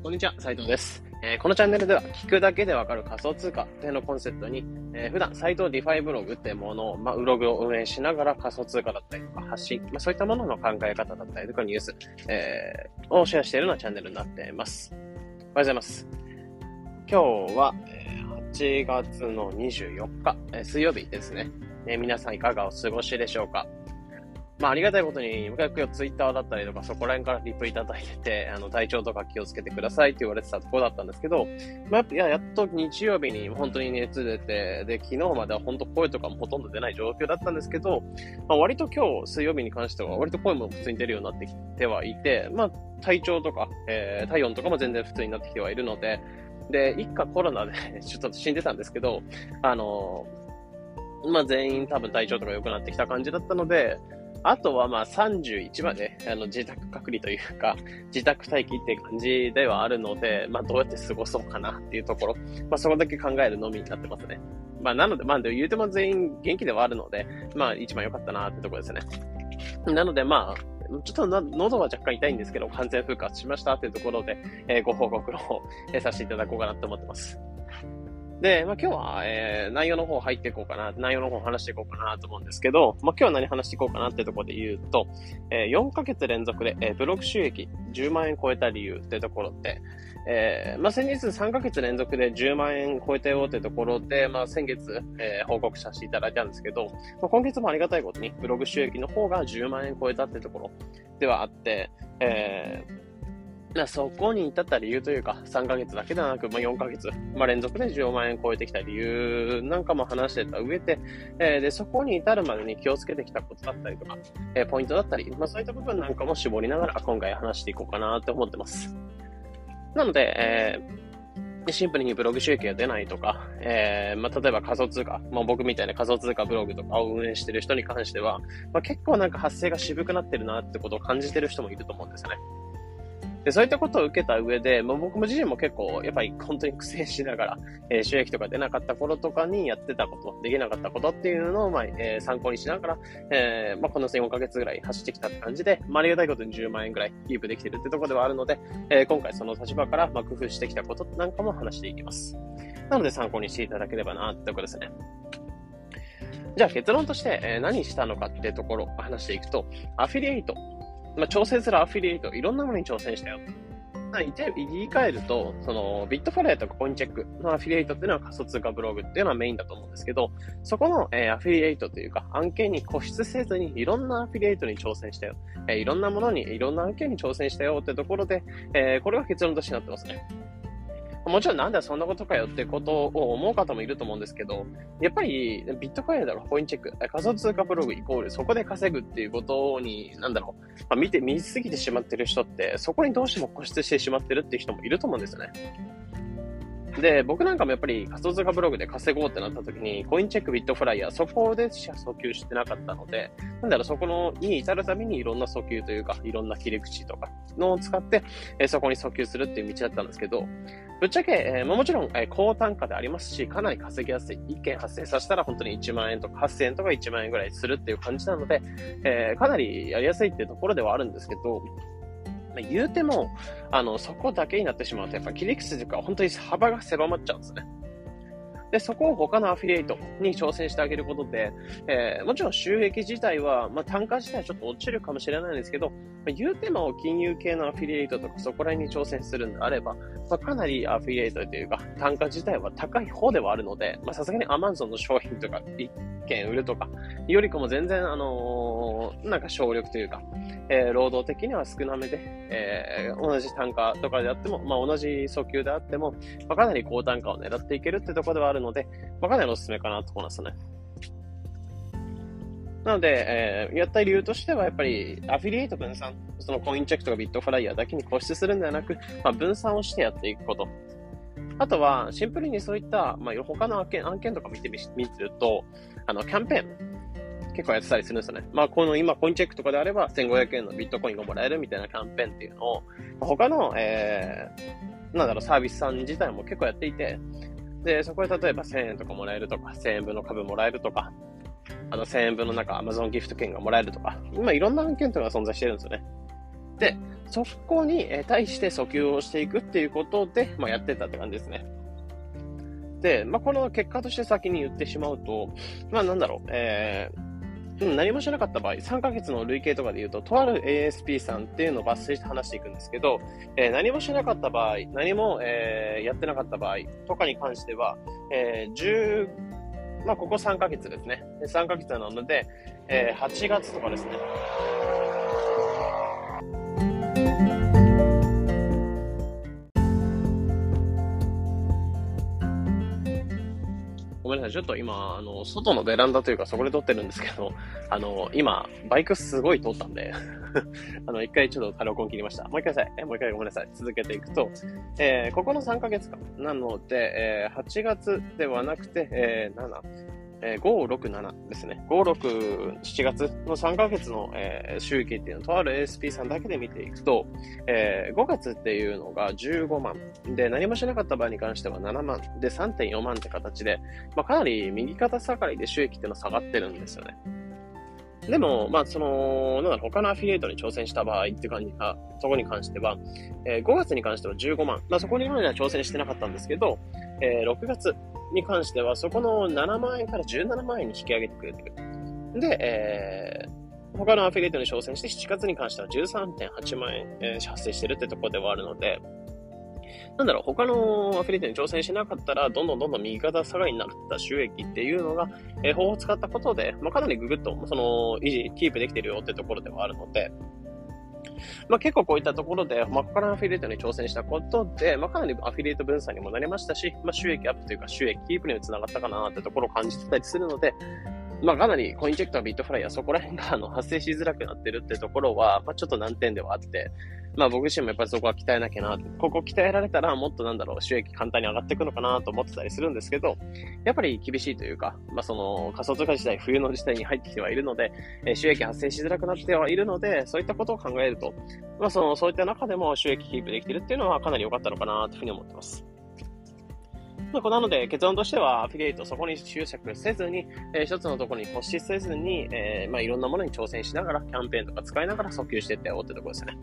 こんにちは、斉藤です。このチャンネルでは聞くだけでわかる仮想通貨というのをコンセプトに、普段斉藤ディファイブログっていうものを、ブログを運営しながら仮想通貨だったりとか発信、そういったものの考え方だったりとかニュース、をシェアしているようなチャンネルになっています。おはようございます。今日は、8月の24日、水曜日ですね。皆さんいかがお過ごしでしょうか。ありがたいことに、僕はツイッターだったりとか、そこら辺からリプいただいてて、体調とか気をつけてくださいって言われてたところだったんですけど、やっと日曜日に本当に熱出て、で、昨日までは本当声とかもほとんど出ない状況だったんですけど、割と今日水曜日に関しては、割と声も普通に出るようになってきてはいて、体調とか、体温とかも全然普通になってきてはいるので、で、一家コロナでちょっと死んでたんですけど、全員多分体調とか良くなってきた感じだったので、あとは31まで自宅隔離というか自宅待機っていう感じではあるので、どうやって過ごそうかなっていうところ、そこだけ考えるのみになってますね。なのでで言うても全員元気ではあるので、一番良かったなってところですね。なのでちょっと喉は若干痛いんですけど、完全復活しましたっていうところで、ご報告の方、させていただこうかなと思ってます。で、今日は、内容の方入っていこうかな、内容の方話していこうかなと思うんですけど、今日は何話していこうかなってところで言うと、4ヶ月連続で、ブログ収益10万円超えた理由ってところで、先日3ヶ月連続で10万円超えたよってところで、先月、報告させていただいたんですけど、今月もありがたいことにブログ収益の方が10万円超えたってところではあって、そこに至った理由というか、3ヶ月だけではなく、4ヶ月、連続で10万円超えてきた理由なんかも話してた上で、で、そこに至るまでに気をつけてきたことだったりとか、ポイントだったり、そういった部分なんかも絞りながら今回話していこうかなと思ってます。なので、シンプルにブログ収益が出ないとか、例えば仮想通貨、僕みたいな仮想通貨ブログとかを運営している人に関しては、結構発生が渋くなってるなってことを感じてる人もいると思うんですよね。で、そういったことを受けた上で、僕も自身も結構、やっぱり本当に苦戦しながら、収益とか出なかった頃とかにやってたこと、できなかったことっていうのを、参考にしながら、この4ヶ月ぐらい走ってきたって感じで、ありがたいことに10万円ぐらいキープできてるってところではあるので、今回その立場から、工夫してきたことなんかも話していきます。なので参考にしていただければなってところですね。じゃあ結論として、何したのかっていうところを話していくと、アフィリエイト。挑戦するアフィリエイト、いろんなものに挑戦したよ。言い換えると、ビットファライとかコインチェックのアフィリエイトっていうのは仮想通貨ブログっていうのはメインだと思うんですけど、そこの、アフィリエイトというか、案件に固執せずにいろんなアフィリエイトに挑戦したよ。いろんなものに、いろんな案件に挑戦したよってところで、これが結論としてなってますね。もちろんなんでそんなことかよってことを思う方もいると思うんですけど、やっぱりビットコインだろ、コインチェック、仮想通貨ブログイコールそこで稼ぐっていうことに、見すぎてしまってる人って、そこにどうしても固執してしまってるっていう人もいると思うんですよね。で、僕なんかもやっぱり仮想通貨ブログで稼ごうってなった時に、コインチェック、ビットフライヤー、そこでしか訴求してなかったので、そこに至るためにいろんな訴求というか、いろんな切り口とかのを使って、そこに訴求するっていう道だったんですけど、ぶっちゃけ、もちろん、高単価でありますし、かなり稼ぎやすい。1件発生させたら本当に1万円とか8000円とか1万円ぐらいするっていう感じなので、かなりやりやすいっていうところではあるんですけど、言うても、そこだけになってしまうと、やっぱ切り口というか、本当に幅が狭まっちゃうんですね。で、そこを他のアフィリエイトに挑戦してあげることで、もちろん収益自体は、単価自体はちょっと落ちるかもしれないんですけど、言うても金融系のアフィリエイトとかそこら辺に挑戦するんであれば、かなりアフィリエイトというか、単価自体は高い方ではあるので、さすがに Amazon の商品とか一件売るとか、よりかも全然、省力というか、労働的には少なめで、同じ単価とかであっても、同じ訴求であっても、かなり高単価を狙っていけるってところではあるので、かなりおすすめかなと思いますね。なので、やった理由としてはやっぱりアフィリエイト分散、そのコインチェックとかビットフライヤーだけに固執するんではなく、分散をしてやっていくこと。あとはシンプルにそういった、他の案件とか見てると、キャンペーン結構やってたりするんですよね。今コインチェックとかであれば1500円のビットコインがもらえるみたいなキャンペーンっていうのを、他の、サービスさん自体も結構やっていて、で、そこで例えば1000円とかもらえるとか、1000円分の株もらえるとか、1000円分のAmazonギフト券がもらえるとか、今いろんな案件とかが存在してるんですよね。 で、そこに対して訴求をしていくっていうことで、やってたって感じですね。で、この結果として先に言ってしまうと、何もしなかった場合、3ヶ月の累計とかで言うと、とある ASP さんっていうのを抜粋して話していくんですけど、何もしなかった場合、何も、やってなかった場合とかに関しては、ここ3ヶ月ですね。3ヶ月なので、8月とかですね。ごめんなさい。ちょっと今、外のベランダというか、そこで撮ってるんですけど、今、バイクすごい通ったんで、一回ちょっと録音切りました。もう一回ごめんなさい。続けていくと、ここの3ヶ月間なので、8月ではなくて、5、6、7ですね。5、6、7月の3ヶ月の、収益っていうのをとある ASP さんだけで見ていくと、5月っていうのが15万。で、何もしなかった場合に関しては7万。で、3.4 万って形で、かなり右肩下がりで収益っていうのは下がってるんですよね。でも、他のアフィリエイトに挑戦した場合っていう感じが、そこに関しては、5月に関しては15万。そこにまでは挑戦してなかったんですけど、6月に関しては、そこの7万円から17万円に引き上げてくれてる。で、他のアフィリエイトに挑戦して、7月に関しては 13.8 万円、発生してるってところではあるので、他のアフィリエイトに挑戦しなかったら、どんどん右肩下がりになった収益っていうのが、方法を使ったことで、かなりググッと、維持、キープできてるよってところではあるので、結構こういったところで、他のアフィリエイトに挑戦したことで、かなりアフィリエイト分散にもなりましたし、収益アップというか収益キープにもつながったかなってところを感じてたりするので、かなりコインチェックとビットフライヤーそこら辺が発生しづらくなってるってところは、ちょっと難点ではあって、僕自身もやっぱりそこは鍛えなきゃな、ここ鍛えられたらもっと収益簡単に上がっていくのかなと思ってたりするんですけど、やっぱり厳しいというか、仮想通貨自体、冬の時代に入ってきてはいるので、収益発生しづらくなってはいるので、そういったことを考えると、そういった中でも収益キープできてるっていうのはかなり良かったのかなというふうに思ってます。なので、結論としては、アフィリエイト、そこに執着せずに、一つのところに固執せずに、いろんなものに挑戦しながら、キャンペーンとか使いながら訴求していってよってところですね。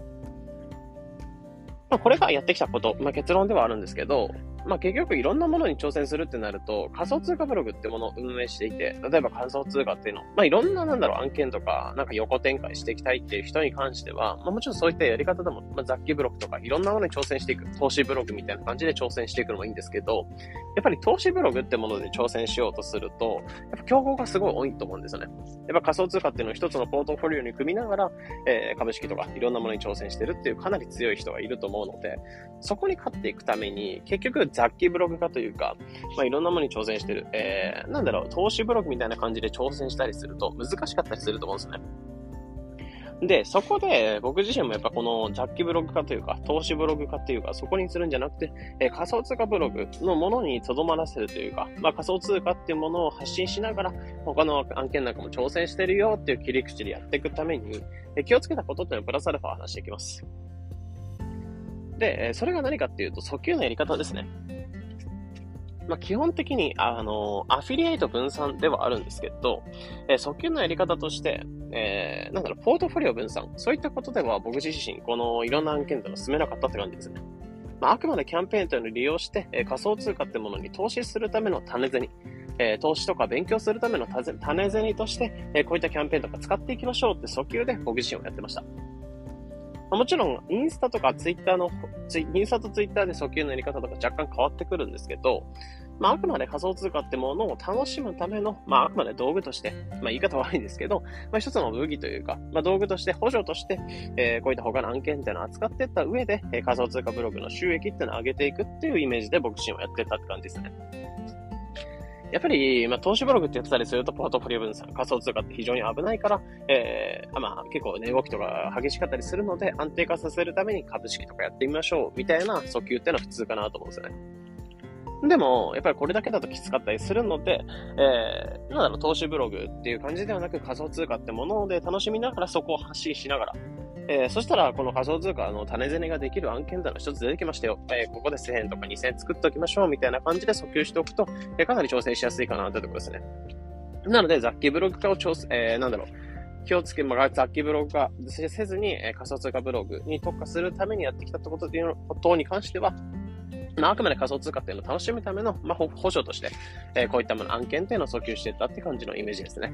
これがやってきたこと、結論ではあるんですけど、結局いろんなものに挑戦するってなると、仮想通貨ブログってものを運営していて、例えば仮想通貨っていうの、いろんな案件とか、横展開していきたいっていう人に関しては、もちろんそういったやり方でも、雑記ブログとかいろんなものに挑戦していく、投資ブログみたいな感じで挑戦していくのもいいんですけど、やっぱり投資ブログってもので挑戦しようとすると、やっぱ競合がすごい多いと思うんですよね。やっぱ仮想通貨っていうのを一つのポートフォリオに組みながら、株式とかいろんなものに挑戦してるっていうかなり強い人がいると思うので、そこに勝っていくために、結局雑記ブログ化というか、いろんなものに挑戦してる、投資ブログみたいな感じで挑戦したりすると難しかったりすると思うんですね。で、そこで僕自身もやっぱこの雑記ブログ化というか、投資ブログ化というか、そこにするんじゃなくて、仮想通貨ブログのものに留まらせるというか、仮想通貨っていうものを発信しながら、他の案件なんかも挑戦してるよっていう切り口でやっていくために、気をつけたことっていうのをプラスアルファ話していきます。で、それが何かっていうと、訴求のやり方ですね。基本的に、アフィリエイト分散ではあるんですけど、訴求のやり方として、ポートフォリオ分散。そういったことでは僕自身、このいろんな案件というのを進めなかったって感じですね。あくまでキャンペーンというのを利用して、仮想通貨ってものに投資するための種銭。投資とか勉強するための種銭として、こういったキャンペーンとか使っていきましょうって訴求で僕自身はやってました。もちろん、インスタとツイッターで訴求のやり方とか若干変わってくるんですけど、あくまで仮想通貨ってものを楽しむための、あくまで道具として、言い方悪いんですけど、一つの武器というか、道具として、補助として、こういった他の案件っていうのを扱っていった上で、仮想通貨ブログの収益っていうのを上げていくっていうイメージで僕自身はやってたって感じですね。やっぱり、投資ブログって言ってたりすると、ポートフォリオ分散、仮想通貨って非常に危ないから、結構値動きとか激しかったりするので、安定化させるために株式とかやってみましょう、みたいな訴求っていうのは普通かなと思うんですよね。でも、やっぱりこれだけだときつかったりするので、投資ブログっていう感じではなく仮想通貨ってもので楽しみながらそこを発信しながら、そしたら、この仮想通貨の種銭ができる案件というのが一つ出てきましたよ。ここで1000円とか2000円作っておきましょうみたいな感じで訴求しておくと、かなり調整しやすいかなというところですね。なので、雑記ブログ化を気をつけ、雑記ブログ化せずに、仮想通貨ブログに特化するためにやってきたことに関しては、あくまで仮想通貨っていうのを楽しむための、補助として、こういったもの、案件っていうのを訴求していったって感じのイメージですね。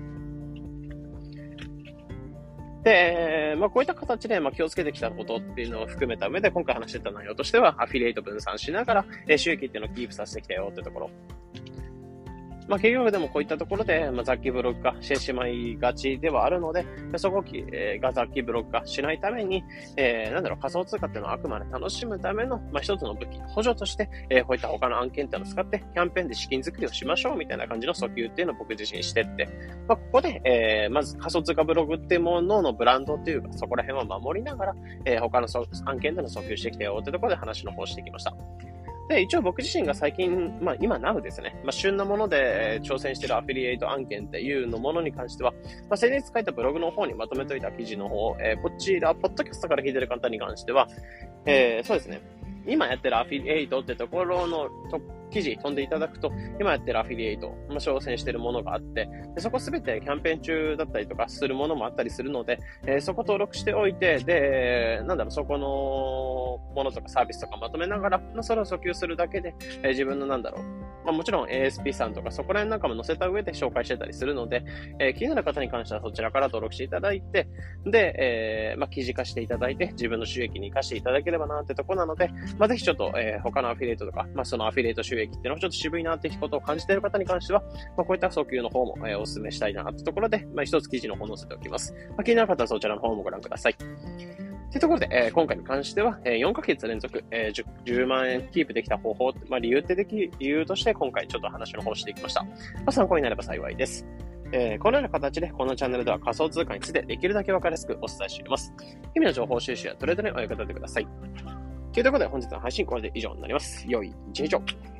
で、こういった形で、気をつけてきたことっていうのを含めた上で、今回話してた内容としては、アフィリエイト分散しながら、収益っていうのをキープさせてきたよってところ。結局でもこういったところで、雑記ブログ化してしまいがちではあるので、そこを、雑記ブログ化しないために、仮想通貨っていうのはあくまで楽しむための、一つの武器、補助として、こういった他の案件っていうのを使って、キャンペーンで資金作りをしましょうみたいな感じの訴求っていうのを僕自身してって、ここで、まず仮想通貨ブログっていうもののブランドっていうか、そこら辺を守りながら、他の案件での訴求してきたよってところで話の方してきました。で、一応僕自身が最近、今 Now ですね、旬なもので挑戦しているアフィリエイト案件っていうのものに関しては、先日書いたブログの方にまとめておいた記事の方、こちら、ポッドキャストから聞いてる方に関しては、そうですね、今やってるアフィリエイトってところの記事飛んでいただくと、今やってるアフィリエイト、挑戦しているものがあって、でそこすべてキャンペーン中だったりとかするものもあったりするので、そこ登録しておいて、で、そこのものとかサービスとかまとめながら、それを訴求するだけで、自分のもちろん ASP さんとかそこら辺なんかも載せた上で紹介してたりするので、気になる方に関してはそちらから登録していただいて、で、記事化していただいて、自分の収益に活かしていただければなってとこなので、ぜひちょっと、他のアフィリエイトとか、そのアフィリエイト収益っていうのをちょっと渋いなってことを感じている方に関しては、こういった訴求の方も、お勧めしたいなってところで、一つ記事の方を載せておきます。気になる方はそちらの方もご覧ください。というところで、今回に関しては、4ヶ月連続、10万円キープできた方法、理由として今回ちょっと話の方をしていきました。参考になれば幸いです。このような形で、このチャンネルでは仮想通貨についてできるだけ分かりやすくお伝えしています。日々の情報収集やトレードにお役立てください。というところで本日の配信これで以上になります。良い一日を。